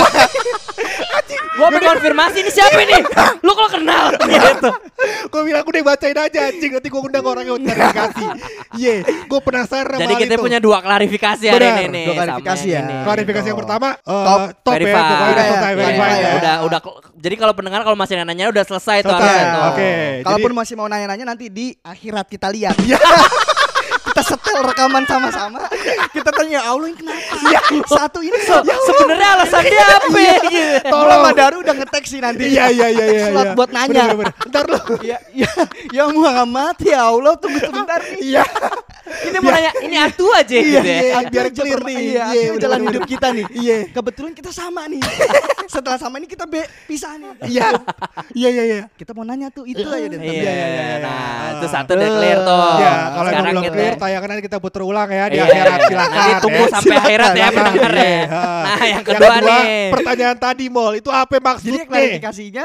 Anjing.
Gue pengen konfirmasi ini siapa ini? Lu kalau kenal gitu.
Gue bilang udah bacain aja anjing, nanti gue undang orangnya untuk klarifikasi. Iya, gue penasaran sama
Jadi
hal
kita
itu.
punya 2 klarifikasi hari
Benar,
ini nih.
2 klarifikasi
sama yang
ya.
ini.
Klarifikasi yang pertama
Top
ya,
Verify.
pokoknya
Udah ya,
top
Iya,
verify ya.
udah. Jadi kalau pendengar kalau masih nanya udah selesai tuh
Selesai,
harusnya tuh.
oke.
Kalaupun
Jadi-
masih mau nanya-nanya nanti di akhirat kita lihat. Kita setel rekaman sama-sama. Kita tanya Allah ini kenapa? Satu ini
Sebenarnya alasannya apa ya? Gitu.
Tolong Madaru udah ngetek sih nanti.
Iya.
Slot buat nanya.
Bener. Ntar lu.
Ya Muhammad ya Allah tunggu sebentar nih.
Iya.
Ini mau nanya, ini atu aja gitu ya.
Biar clear nih.
Iya, akhirnya jalan
bener-bener.
hidup kita nih.
Iya.
Kebetulan kita sama nih. Setelah sama ini kita pisah nih.
Iya.
Kita mau nanya tuh itu aja deh.
Iya. Nah, itu satu udah clear tuh.
Ya, kalau yang
Sekarang
belum
kita
clear tayangan nanti kita putar ulang ya di
Iya.
akhirat silakan.
Nanti tunggu
ya.
sampai akhirat ya
Silakan.
pendengar ya.
Iya.
Nah, yang kedua nih.
Pertanyaan tadi Mol, itu apa
Jadi
maksudnya?
klarifikasinya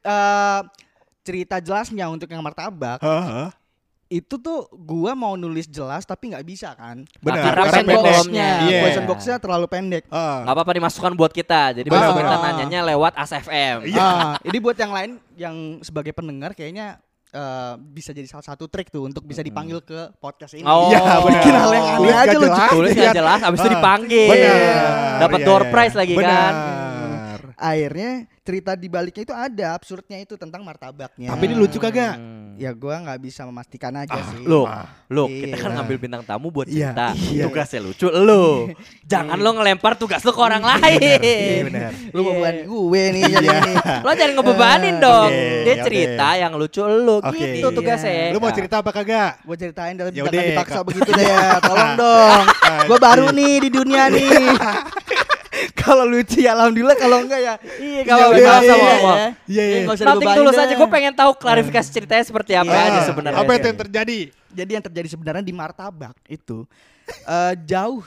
cerita jelasnya untuk yang martabak
Heeh.
itu tuh gua mau nulis jelas tapi nggak bisa kan.
Benar.
Karena
Question
pendek
box-nya,
kolomnya.
Iya.
question box-nya terlalu pendek.
Gak apa-apa dimasukkan buat kita. Jadi
Benar,
besok kita
benar.
nanyanya lewat ASFM.
Ini buat yang lain yang sebagai pendengar kayaknya bisa jadi salah satu trik tuh untuk bisa dipanggil ke podcast ini.
Oh,
Iya, benar.
Bikin hal yang aneh
Tulis
aja
nggak
lu.
jelas.
Tulis
Iya.
nggak jelas, abis itu dipanggil.
Benar.
Dapat
Iya,
door
iya.
prize lagi kan.
Benar.
Akhirnya cerita di baliknya itu ada absurdnya itu tentang martabaknya.
Tapi ini lucu kagak?
Ya gua nggak bisa memastikan aja sih.
Lo,
Iya.
kita kan ngambil bintang tamu buat
Iya,
cerita.
iya.
Tugasnya lucu lo. Jangan lo ngelempar tugas lo ke orang
Iya
lain.
benar.
Lu mau beban gue nih jadi nih.
Lo jangan ngebebanin dong.
Oke,
Dia
ya
cerita yang lucu lo
Oke.
gitu tugasnya.
Iya.
Lu mau cerita apa kagak?
Gue ceritain dalam
Ya
jangan
udah,
dipaksa
Kak.
begitu deh ya. Tolong dong. Gue baru nih di dunia nih. Kalau lucu ya alhamdulillah, kalau enggak ya.
Iya, kalau
Iya,
bahasa
iya,
ngomong.
Iya.
Nggak usah
Nanti
dibebanin
tulus
deh.
aja, gue pengen tahu klarifikasi ceritanya seperti apa aja sebenarnya.
Apa itu yang terjadi?
Jadi yang terjadi sebenarnya di martabak itu jauh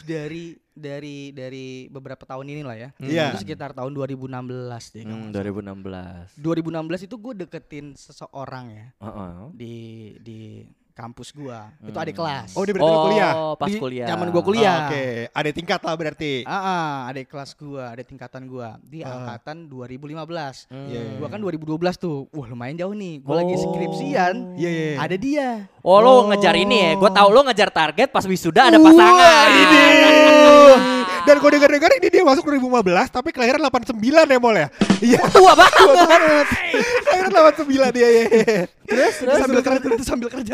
dari beberapa tahun ini lah ya.
Iya.
Itu sekitar tahun 2016 deh. kalau nggak salah.
2016.
2016 itu gue deketin seseorang ya
Heeh.
di kampus gua. Itu adik kelas.
Oh, dia berarti kuliah.
Pas
Di
kuliah.
zaman gua kuliah.
Oke, ada tingkat lah berarti.
Adik kelas gua, adik tingkatan gua di angkatan 2015.
Iya.
Gua kan 2012 tuh. Wah, lumayan jauh nih. Gua lagi skripsian.
Iya.
Ada dia.
Oh, lo ngejar ini ya. Gue tahu lo ngejar target pas wisuda ada pasangan.
Ini. Dan gue dengar ini dia masuk 2015 tapi kelahiran 89 ya Mol ya. Iya.
Tua banget.
Kelahiran 89 dia ya.
Terus sambil kerja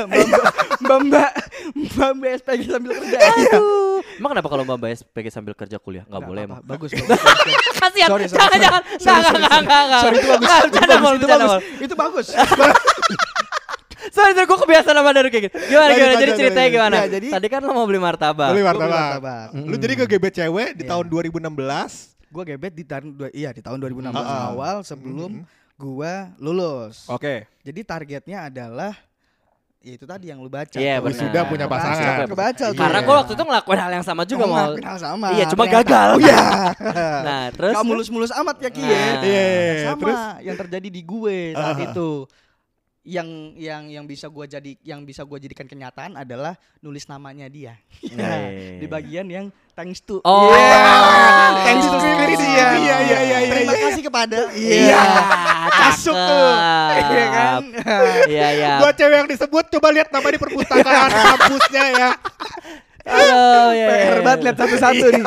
Mbak SPG sambil kerja.
Emang kenapa kalau Mbak Bayes PG sambil kerja kuliah? Nggak boleh emang.
Bagus.
Kasihan.
Sorry.
Jangan. Enggak.
Sorry, itu bagus. Itu bagus.
Sorry, gue kebiasaan sama Daru kayak gitu. Gimana?
Lanjut,
Jadi ceritanya
lanjut.
gimana?
Ya, jadi-
Tadi kan lo mau beli martabak.
Beli
Gua beli
martabak.
martabak.
Lu jadi ngegebet cewek di tahun 2016.
Gue gebet di tahun 2016 awal sebelum gua lulus.
Oke.
Jadi targetnya adalah ya itu tadi yang lu baca.
Iya,
tuh.
benar.
Sudah punya pasangan.
Sudah kebaca tuh.
Karena gue waktu itu ngelakuin hal yang sama juga mau.
Ngelakuin hal sama.
Iya, cuma
ternyata.
gagal.
Oh iya.
Nah, terus
Gak mulus-mulus amat ya Ki ya.
Nah.
Iya.
Sama
Terus
yang terjadi di gue saat itu. Yang bisa gua jadikan kenyataan adalah nulis namanya dia.
Iya.
Di bagian yang thanks to.
Oh.
Yeah. Thanks to
Iya.
Christian.
Iya.
Terima kasih kepada.
Iya.
Masuk tuh.
Iya kan?
Iya.
buat cewek yang disebut coba lihat nama di perpustakaan kampusnya ya.
Aduh, iya.
PR banget lihat satu-satu nih.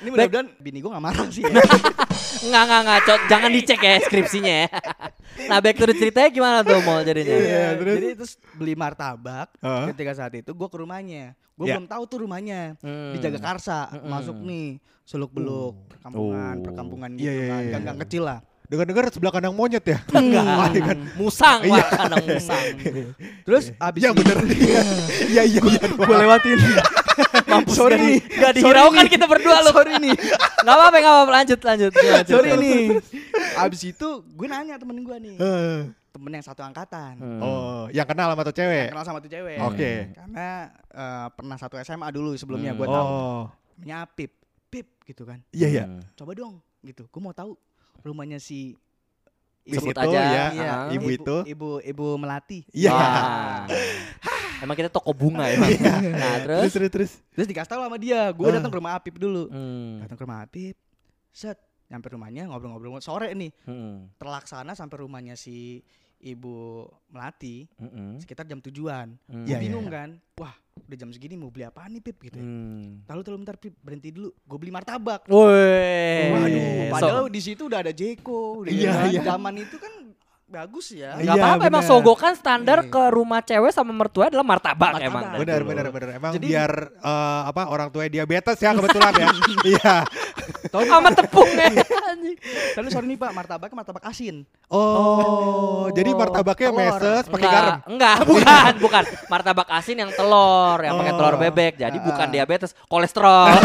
Ini mudah-mudahan bini gue gak marah sih ya.
Enggak, jangan dicek ya skripsinya ya. Nah, back to the ceritanya gimana tuh Mol jadinya?
Jadi terus beli martabak. Ketika saat itu gue ke rumahnya. Gue belum tahu tuh rumahnya di Jagakarsa. Masuk nih seluk-beluk perkampungan gitu kan. Gang-gang kecil lah.
Dengar-dengar sebelah kandang monyet ya?
Enggak. Musang, Pak, kandang musang.
Terus abis
Ya bener. Iya.
gue lewatin.
Mampus
Sorry nih.
Gak dihiraukan kita berdua loh.
Sorry nih.
Gak apa-apa, lanjut.
Sorry nih. Abis itu gue nanya temen gue nih. Temen yang satu angkatan.
Oh, yang kenal sama tuh cewek?
Kenal sama tuh cewek.
Oke.
Karena pernah satu SMA dulu sebelumnya gue tahu. Namanya Pip gitu kan.
Iya.
Coba dong gitu. Gue mau tahu rumahnya si
Sebut
Itu
aja.
ya,
Iya.
ibu itu.
Ibu Melati.
Iya.
Wah. Emang kita toko bunga ya. Nah, terus.
Terus dikasih tahu sama dia. Gue datang ke rumah Apip dulu. Datang ke rumah Apip. Set, nyampe rumahnya ngobrol-ngobrol sore nih. Terlaksana sampai rumahnya si Ibu Melati sekitar jam 7-an. Gue bingung kan. Wah, udah jam segini mau beli apaan nih Pip gitu. Lalu bentar Pip, berhenti dulu. Gue beli martabak.
Woi.
Waduh, padahal di situ udah ada Jeko. Zaman itu kan bagus ya.
Gak apa-apa, emang sogokan standar ke rumah cewek sama mertua adalah martabak emang.
Benar. Emang
Jadi,
biar orang tua diabetes ya kebetulan ya. Iya.
Sama tepung ya.
Tapi sorry nih Pak, martabaknya martabak asin.
Oh, jadi martabaknya
telur.
meses pakai garam.
Enggak, bukan. Martabak asin yang telur, yang pakai telur bebek. Jadi bukan diabetes, kolesterol.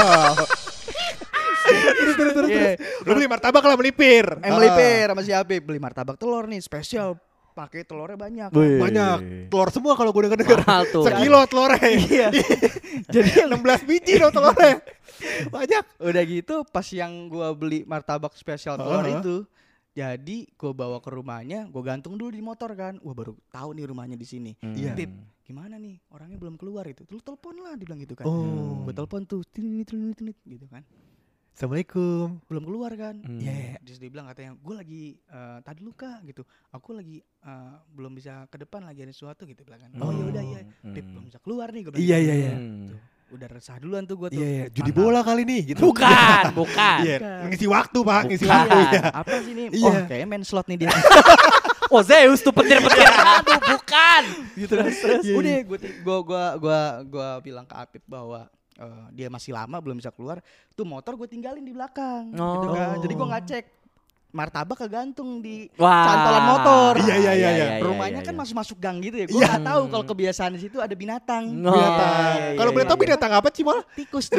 Terus. Lu beli martabak lah melipir.
Melipir sama si Habib beli martabak telur nih spesial. Pakai telurnya banyak.
Banyak. Telur semua kalau gue denger.
Mahal tuh.
Sekilo telurnya.
Iya.
Jadi 16 biji dong telurnya. Banyak.
Udah gitu pas yang gua beli martabak spesial telur itu, jadi gua bawa ke rumahnya, gua gantung dulu di motor kan. Wah, baru tahu nih rumahnya di sini.
Iya.
Pip, gimana nih? Orangnya belum keluar itu. Lu telepon lah, dibilang gitu kan. Gua telepon tuh, tinit gitu kan.
Assalamualaikum.
Belum keluar kan.
Iya.
Terus dia bilang katanya, gue lagi tadi luka gitu. Aku lagi belum bisa ke depan, lagi ada sesuatu gitu bilang kan. Oh ya udah ya, Pip belum bisa keluar nih. Gua bilang
Iya.
gitu. Udah resah duluan tuh gue tuh.
Iya, judi bola kali nih gitu.
Bukan.
Iya, ngisi waktu, Pak, ngisi waktu ya.
Apa sih nih?
Iya.
Oh, kayaknya main slot nih dia.
Oh, Zeus tuh petir-petir. Aduh, bukan.
Gitu terus. Udah gua bilang ke Apip bahwa dia masih lama belum bisa keluar. Tuh motor gue tinggalin di belakang gitu kan. Jadi gue nggak cek. Martabak kegantung di cantolan motor.
Iya.
Rumahnya kan masuk gang gitu ya. Gue nggak tahu kalau kebiasaan di situ ada binatang.
Kalau boleh tahu binatang apa sih, Mal?
Tikus.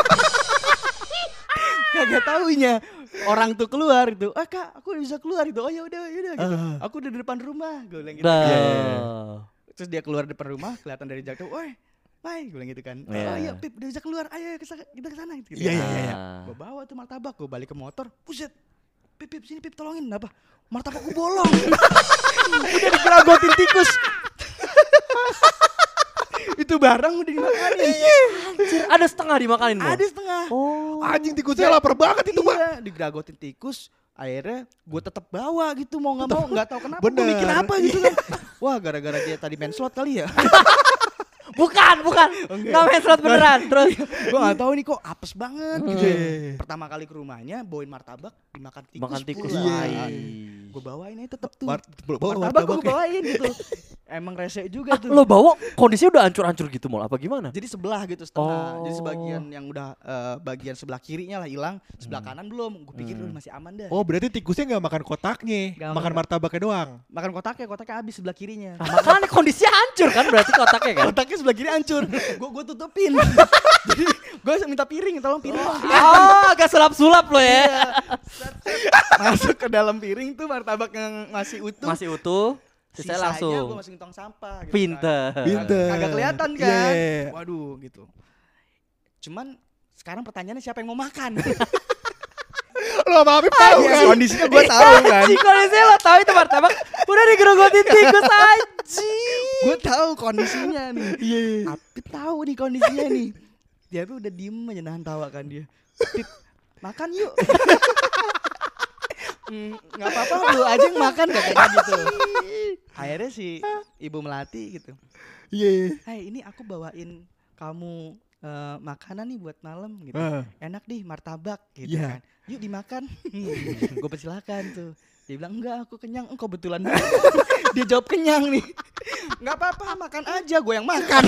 Kagak taunya orang tuh keluar itu. Kak, aku udah bisa keluar itu. Oh ya udah gitu. Aku udah di depan rumah. Gue bilang gitu. Terus dia keluar depan rumah, kelihatan dari jauh. Woi, gue bilang gitu kan. Oh iya Pip udah bisa keluar. Ayo kita kesana gitu.
Iya.
Gue bawa tuh martabak, gue balik ke motor. Buset. Pip sini Pip tolongin. Apa? Martabakku bolong. Udah digeragotin tikus. Itu barang udah dimakanin.
Anjir, ada setengah dimakanin Mo?
Ada setengah.
Oh.
Anjing tikusnya lapar banget itu, Pak.
Iya, digeragotin tikus. Akhirnya gue tetap bawa gitu, mau nggak tahu kenapa.
Bener.
Gue mikir apa gitu kan. Wah, gara-gara dia tadi main slot kali ya.
Bukan. Nggak main slot beneran. Terus
Gue gak tahu nih kok apes banget gitu ya. Pertama kali ke rumahnya bawain martabak dimakan tikus.
makan tikus.
pula. Gue bawain aja tetep tuh.
Bawa
Martabak gue bawain gitu. Emang rese juga tuh.
Lo bawa kondisinya udah hancur-hancur gitu Mol apa gimana?
Jadi sebelah gitu setengah.
Oh.
Jadi sebagian yang udah bagian sebelah kirinya lah hilang, sebelah kanan belum. Gue pikir udah masih aman dah.
Oh, berarti tikusnya nggak makan kotaknya,
Nggak
makan
makan.
martabaknya doang.
Makan kotaknya habis sebelah kirinya.
Makanya kondisinya hancur kan berarti kotaknya kan?
Kotaknya sebelah kiri hancur. Gue tutupin. Jadi gue minta piring, tolong piring.
Oh, agak sulap-sulap lo ya.
Masuk ke dalam piring tuh martabak yang masih utuh.
Masih utuh. Sisanya
Gue
langsung.
masukin tong sampah gitu.
Pinter.
Kagak kelihatan kan.
Iya.
Waduh gitu. Cuman sekarang pertanyaannya siapa yang mau makan?
Lo sama Habib tahu kan?
Kondisinya gue tahu kan.
Si kondisinya lo tahu itu martabak udah digerogotin tikus aja.
Gue tahu kondisinya nih.
Iya.
Apip tahu nih kondisinya nih. Dia tuh udah diem aja nahan tawa kan dia. Pip, makan yuk. Nggak apa-apa lu aja yang makan katanya gitu. Akhirnya si Ibu Melati gitu.
Iya.
Hai ini aku bawain kamu makanan nih buat malam gitu. Enak nih martabak gitu
Iya.
kan. Yuk dimakan. Gue persilakan tuh. Dia bilang enggak, aku kenyang. Engkau betulan. Dia jawab kenyang nih. Enggak apa-apa, makan aja, gue yang makan.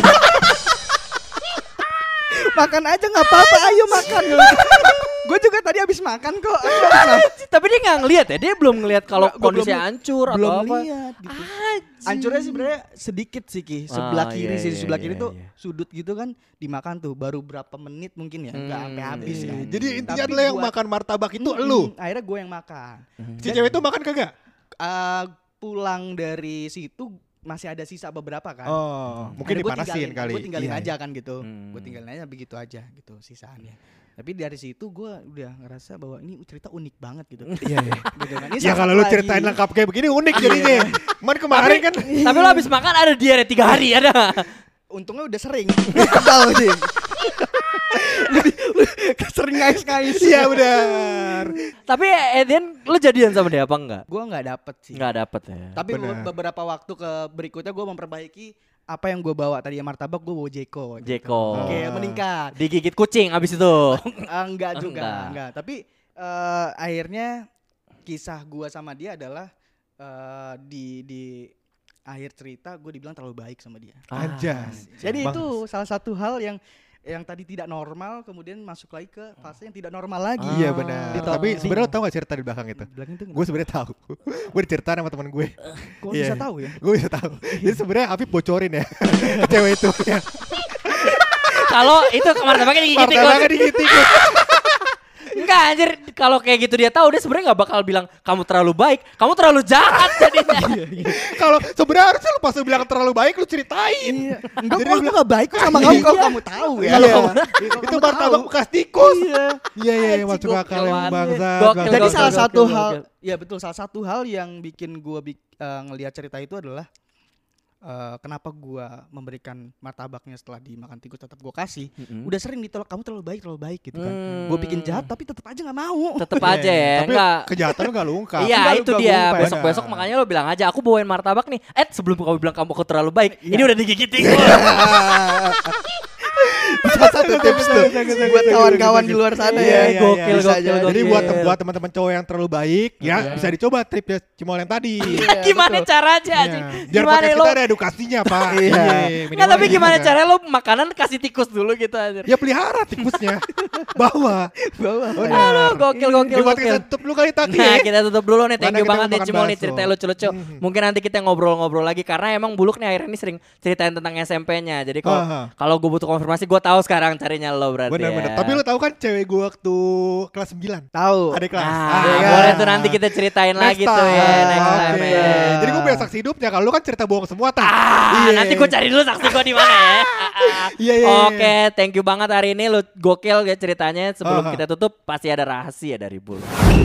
Makan aja nggak apa-apa, ayo makan. Gue juga tadi habis makan kok.
Tapi dia nggak ngelihat ya, dia belum ngelihat kalau
Nggak, gua
kondisinya hancur atau
belum
apa.
lihat gitu.
Anjing.
Hancurnya sih sebenarnya sedikit sih Ki. Sebelah kiri
iya,
sih,
iya,
sebelah
iya,
kiri tuh
iya.
sudut gitu kan dimakan tuh baru berapa menit mungkin ya, nggak sampai habis
iya,
kan.
iya.
Jadi intinya
Tapi
adalah yang
buat-
makan martabak itu elu.
Akhirnya gue yang makan.
Si cewek itu makan kagak?
Pulang dari situ masih ada sisa beberapa kan.
Oh, mungkin
Akhirnya gua
dipanasin
tinggalin-
kali.
Gue tinggalin
Iya,
aja kan gitu.
Hmm.
Gue tinggalin aja begitu aja gitu sisaannya. Tapi dari situ gue udah ngerasa bahwa ini cerita unik banget gitu.
Iya, iya.
Gitu kan. Ini
Ya
salah
kalau
satu
lu
lagi.
ceritain lengkap kayak begini unik jadinya. Cuman kemarin kan
Tapi lo habis makan ada diare 3 hari ada.
Untungnya udah sering. Tahu sih. Sering ngais-ngais.
iya benar.
Tapi Edian lo jadian sama dia apa enggak?
Gue nggak dapet sih.
Enggak dapet ya.
Tapi
Bener.
beberapa waktu ke berikutnya gue memperbaiki apa yang gue bawa tadi ya martabak gue bawa Jeko.
Jeko.
Oke, meningkat.
Digigit kucing abis itu.
Enggak juga,
Enggak.
enggak. Tapi akhirnya kisah gue sama dia adalah di akhir cerita gue dibilang terlalu baik sama dia.
Anjas.
Jadi
Bang.
itu salah satu hal yang tadi tidak normal kemudian masuk lagi ke fase yang tidak normal lagi.
Iya benar.
Gitu.
Tapi sebenarnya lu tahu gak cerita di belakang itu?
Belakang itu
Gue sebenarnya tahu. Gue diceritain sama teman gue.
kok
Iya.
bisa tahu ya?
Gue bisa tahu. Jadi sebenarnya Afif bocorin ya ke cewek itu. Ya.
Kalau itu martabaknya digigit
Martabaknya digigit-gigit.
Enggak anjir, kalau kayak gitu dia tahu dia sebenarnya enggak bakal bilang kamu terlalu baik, kamu terlalu jahat jadinya.
Kalau sebenarnya harusnya lu pas lu bilang terlalu baik lu ceritain.
Iya. Enggak,
Jadi
kok aku gak baik kok sama
Iya.
kamu kalau kamu tahu ya.
Iya.
Kalau
Itu
kamu
martabak
tahu.
bekas tikus.
Iya.
Iya iya
Anjing,
masuk akal
gokil
yang
banget.
bangsa.
Gokil,
Jadi
gokil,
salah
gokil,
satu
gokil.
hal, ya betul, salah satu hal yang bikin gua ngelihat cerita itu adalah kenapa gua memberikan martabaknya setelah dimakan tikus tetap gua kasih. Udah sering ditolak, kamu terlalu baik gitu kan. Gua bikin jahat tapi tetap aja nggak mau.
Tetep aja ya,
Tapi
enggak.
kejahatan lu gak lu ungkap.
Iya
Enggak,
itu
lu
dia.
gak lupa.
Besok-besok makanya lo bilang aja aku bawain martabak nih. Sebelum kamu bilang kamu kok terlalu baik, ini udah digigitin.
Salah satu tips tuh buat kawan-kawan di luar sana
Iya,
ya.
iya,
Gokil,
iya.
gokil,
Jadi
gokil.
buat teman-teman cowok yang terlalu baik ya bisa dicoba tripnya Cimol yang tadi.
Gimana
betul.
caranya
Iya.
anjing?
Biar
Gimana
podcast
lo?
kita ada edukasinya Pak.
Iya.
Enggak, tapi
minimal
gimana
gitu kan.
caranya lo makanan kasih tikus dulu gitu anjir.
Ya pelihara tikusnya. Bawa.
Bawa.
Aduh, gokil, gokil,
Ini buat
gokil.
kita tutup lu kali Taki.
Nah kita tutup dulu nih, thank
Mana
you
kita
banget
mau
ya
makan
Cimol nih
bakso.
cerita lucu-lucu. Mungkin nanti kita ngobrol-ngobrol lagi karena emang Buluk nih akhirnya ini sering ceritain tentang SMP-nya. Jadi kalau gue butuh konfirmasi gue tahu sekarang carinya lo berarti
Bener-bener.
ya.
Tapi lu tahu kan cewek gua waktu kelas 9.
Tahu.
Adik kelas.
Ah, boleh tuh nanti kita ceritain lagi tuh ya next time
Oke.
ya.
Jadi gue punya saksi hidupnya. Kalau lu kan cerita bohong semua tak.
Nanti gue cari dulu saksi gue di mana ya.
Iya, iya,
Oke, thank you banget hari ini lu gokil ya ceritanya. Sebelum
Aha.
kita tutup pasti ada rahasia dari Buluk.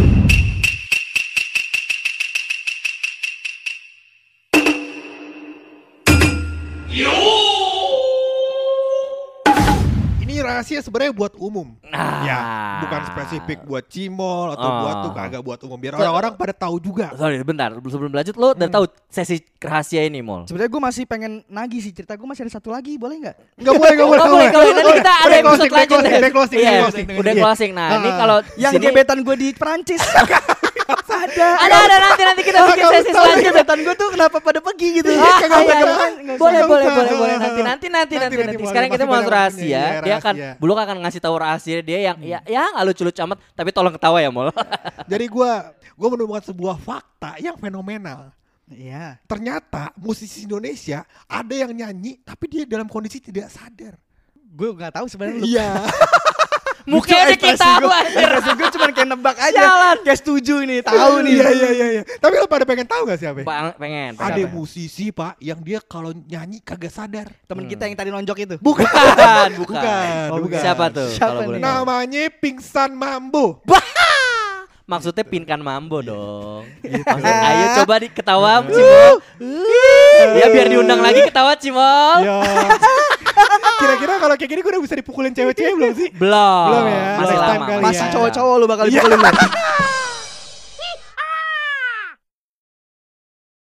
Ini rahasia sebenarnya buat umum.
Nah.
Ya, bukan spesifik buat Cimol atau buat tuh kagak buat umum. Biar orang-orang pada tahu juga.
Sorry, bentar. Sebelum lanjut lo udah tahu sesi rahasia ini, Mol?
Sebenarnya gue masih pengen nagih sih cerita, gue masih ada satu lagi, boleh nggak?
Enggak boleh, enggak boleh.
Oh, boleh, kalau nanti kita ada
Udah
episode
closing, udah
lanjut.
closing, udah closing,
Iya,
udah closing.
udah
Iya.
closing. Nah, ini kalau
Yang
sini-
gebetan gue di Perancis.
ada nanti kita bikin sesi selanjutnya.
Gebetan gue tuh kenapa pada pergi gitu?
Ah,
Kagak
iya,
usah,
iya. Boleh,
Kagak
boleh,
usah.
boleh nanti.
Nanti,
Sekarang kita
masih
mau
banyak
rahasia.
waktunya,
Dia akan
rahasia.
Buluk akan ngasih tahu rahasia dia yang ya nggak lucu-lucu amat, tapi tolong ketawa ya, Mol.
Jadi gua menemukan sebuah fakta yang fenomenal.
Iya.
Ternyata musisi Indonesia ada yang nyanyi tapi dia dalam kondisi tidak sadar.
Gue nggak tahu sebenarnya.
Iya.
Mukanya udah kita tahu anjir.
Gue cuma kayak nebak aja.
Sialan.
Kayak setuju nih, tahu nih.
Iya. Tapi lo pada pengen tahu gak siapa?
Pengen.
Ada musisi Pak yang dia kalau nyanyi kagak sadar.
Temen kita yang tadi nonjok itu.
Bukan.
Oh, bukan.
Siapa tuh?
Siapa
Kalau boleh
nih?
tahu.
Namanya Pingsan Mambo.
Maksudnya pinkan mambo dong. Ayo coba ketawa Cimol. Ya biar diundang lagi ketawa Cimol.
Ya. Kira-kira kalau kayak gini gue udah bisa dipukulin cewek-cewek belum sih?
Belum.
Belum ya?
Masih
Next time
lama.
kali
Masih
ya.
cowok-cowok lu bakal
Iya.
dipukulin.